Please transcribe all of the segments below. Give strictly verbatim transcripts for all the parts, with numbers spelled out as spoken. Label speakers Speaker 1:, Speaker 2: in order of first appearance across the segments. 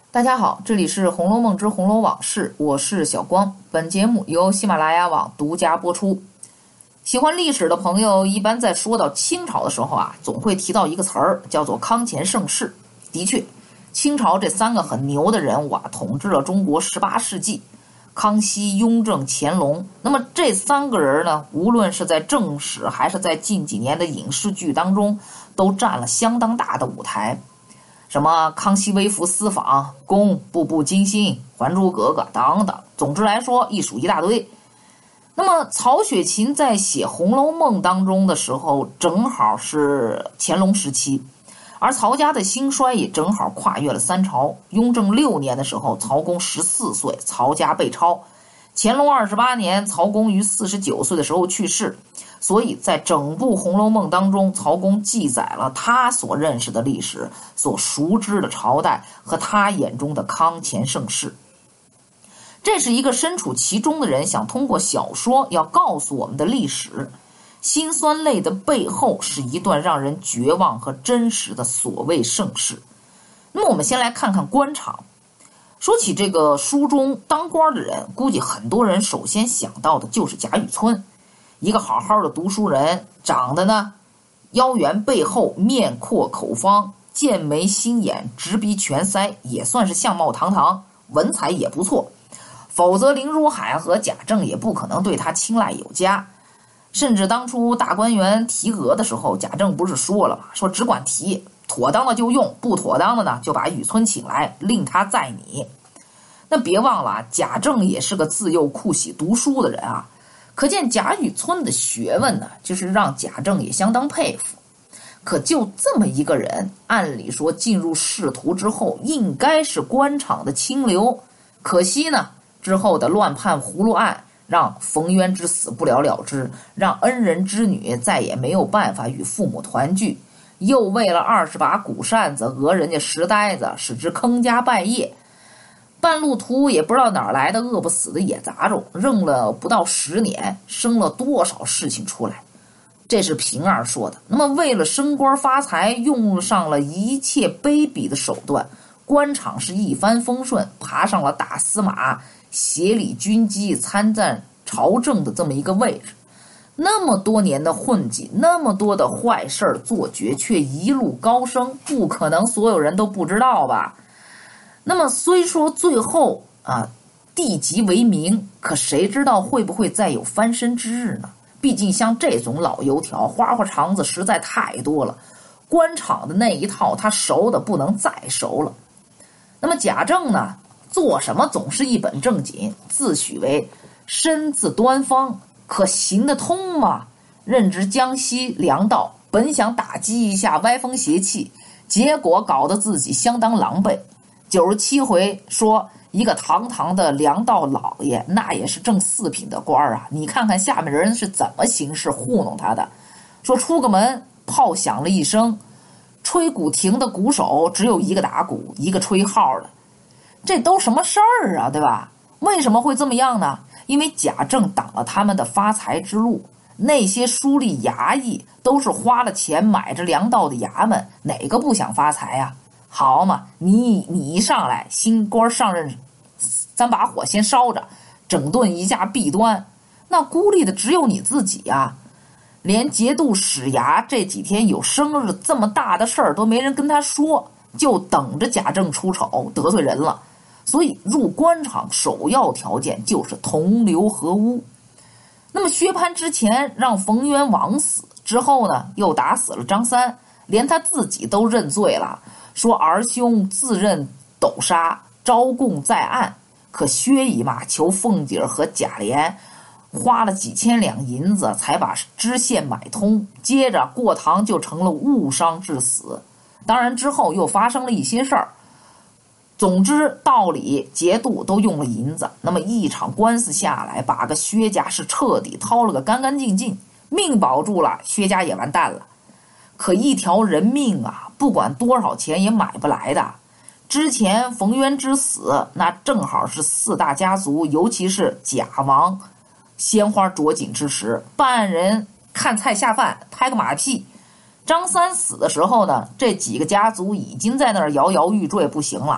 Speaker 1: 大家好，这里是《红楼梦之红楼往事》，我是小光。本节目由喜马拉雅网独家播出。喜欢历史的朋友，一般在说到清朝的时候啊，总会提到一个词儿，叫做康乾盛世。的确，清朝这三个很牛的人物啊，统治了中国十八世纪。康熙、雍正、乾隆，那么这三个人呢，无论是在正史还是在近几年的影视剧当中，都占了相当大的舞台。什么康熙微服私访、宫、步步惊心、还珠格格等等，总之来说一数一大堆。那么曹雪芹在写《红楼梦》当中的时候，正好是乾隆时期，而曹家的兴衰也正好跨越了三朝。雍正六年的时候，曹公十四岁，曹家被抄；乾隆二十八年，曹公于四十九岁的时候去世。所以在整部《红楼梦》当中，曹公记载了他所认识的历史、所熟知的朝代和他眼中的康乾盛世。这是一个身处其中的人想通过小说要告诉我们的历史。辛酸泪的背后是一段让人绝望和真实的所谓盛世。那么我们先来看看官场。说起这个书中当官的人，估计很多人首先想到的就是贾雨村。一个好好的读书人，长得呢腰圆背厚，面阔口方，剑眉星眼，直鼻全腮，也算是相貌堂堂，文采也不错。否则林如海和贾政也不可能对他青睐有加。甚至当初大观园提额的时候，贾政不是说了吗？说只管提，妥当的就用，不妥当的呢就把雨村请来，令他载你。那别忘了，贾政也是个自幼酷喜读书的人啊。可见贾雨村的学问呢，就是让贾政也相当佩服。可就这么一个人，按理说进入仕途之后，应该是官场的清流。可惜呢，之后的乱判葫芦案，让冯渊之死不了了之，让恩人之女再也没有办法与父母团聚，又为了二十把古扇子讹人家石呆子，使之坑家败业。半路途也不知道哪儿来的饿不死的野杂种，扔了不到十年，生了多少事情出来。这是平儿说的。那么为了升官发财，用上了一切卑鄙的手段，官场是一帆风顺，爬上了大司马，协理军机，参战朝政的这么一个位置。那么多年的混迹，那么多的坏事做绝，却一路高升，不可能所有人都不知道吧？那么虽说最后啊地极为名，可谁知道会不会再有翻身之日呢？毕竟像这种老油条花花肠子实在太多了，官场的那一套他熟的不能再熟了。那么贾政呢，做什么总是一本正经，自诩为身自端方，可行得通吗？任职江西粮道，本想打击一下歪风邪气，结果搞得自己相当狼狈。九十七回说一个堂堂的粮道老爷，那也是正四品的官啊！你看看下面人是怎么行事糊弄他的。说出个门，炮响了一声，吹鼓亭的鼓手只有一个打鼓，一个吹号的，这都什么事儿啊，对吧？为什么会这么样呢？因为贾政挡了他们的发财之路。那些书吏衙役都是花了钱买着粮道的衙门，哪个不想发财呀？好嘛，你你一上来，新官上任，三把火先烧着，整顿一下弊端，那孤立的只有你自己啊！连节度使衙这几天有生日这么大的事儿都没人跟他说，就等着贾政出丑得罪人了。所以入官场首要条件就是同流合污。那么薛蟠之前让冯渊枉死之后呢，又打死了张三，连他自己都认罪了，说儿兄自认斗杀，招供在案。可薛姨妈求凤姐和贾琏花了几千两银子才把知县买通，接着过堂就成了误伤致死。当然之后又发生了一些事儿，总之道理节度都用了银子。那么一场官司下来，把个薛家是彻底掏了个干干净净，命保住了，薛家也完蛋了。可一条人命啊，不管多少钱也买不来的。之前冯渊之死，那正好是四大家族，尤其是贾王鲜花着锦之时，办案人看菜下饭，拍个马屁。张三死的时候呢，这几个家族已经在那儿摇摇欲坠不行了，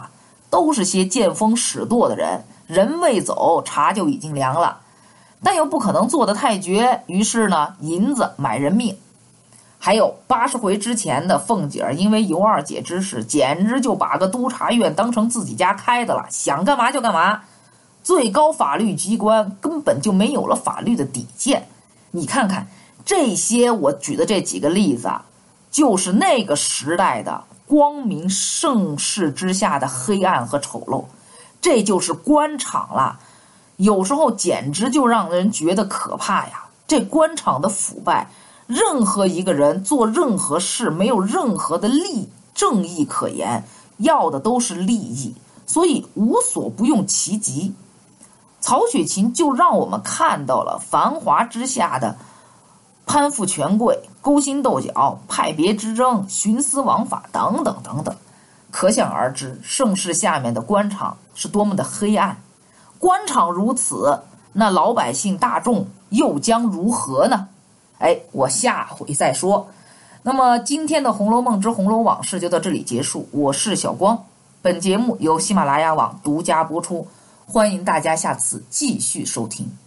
Speaker 1: 都是些见风使舵的人，人未走，茶就已经凉了。但又不可能做得太绝，于是呢，银子买人命。还有八十回之前的凤姐儿，因为尤二姐之事，简直就把个督察院当成自己家开的了，想干嘛就干嘛。最高法律机关根本就没有了法律的底线。你看看这些我举的这几个例子啊，就是那个时代的光明盛世之下的黑暗和丑陋。这就是官场了，有时候简直就让人觉得可怕呀。这官场的腐败，任何一个人做任何事没有任何的利正义可言，要的都是利益，所以无所不用其极。曹雪芹就让我们看到了繁华之下的攀附权贵、勾心斗角、派别之争、徇私枉法等等等等，可想而知盛世下面的官场是多么的黑暗。官场如此，那老百姓大众又将如何呢？哎，我下回再说。那么今天的《红楼梦之红楼往事》就到这里结束，我是小光，本节目由喜马拉雅网独家播出，欢迎大家下次继续收听。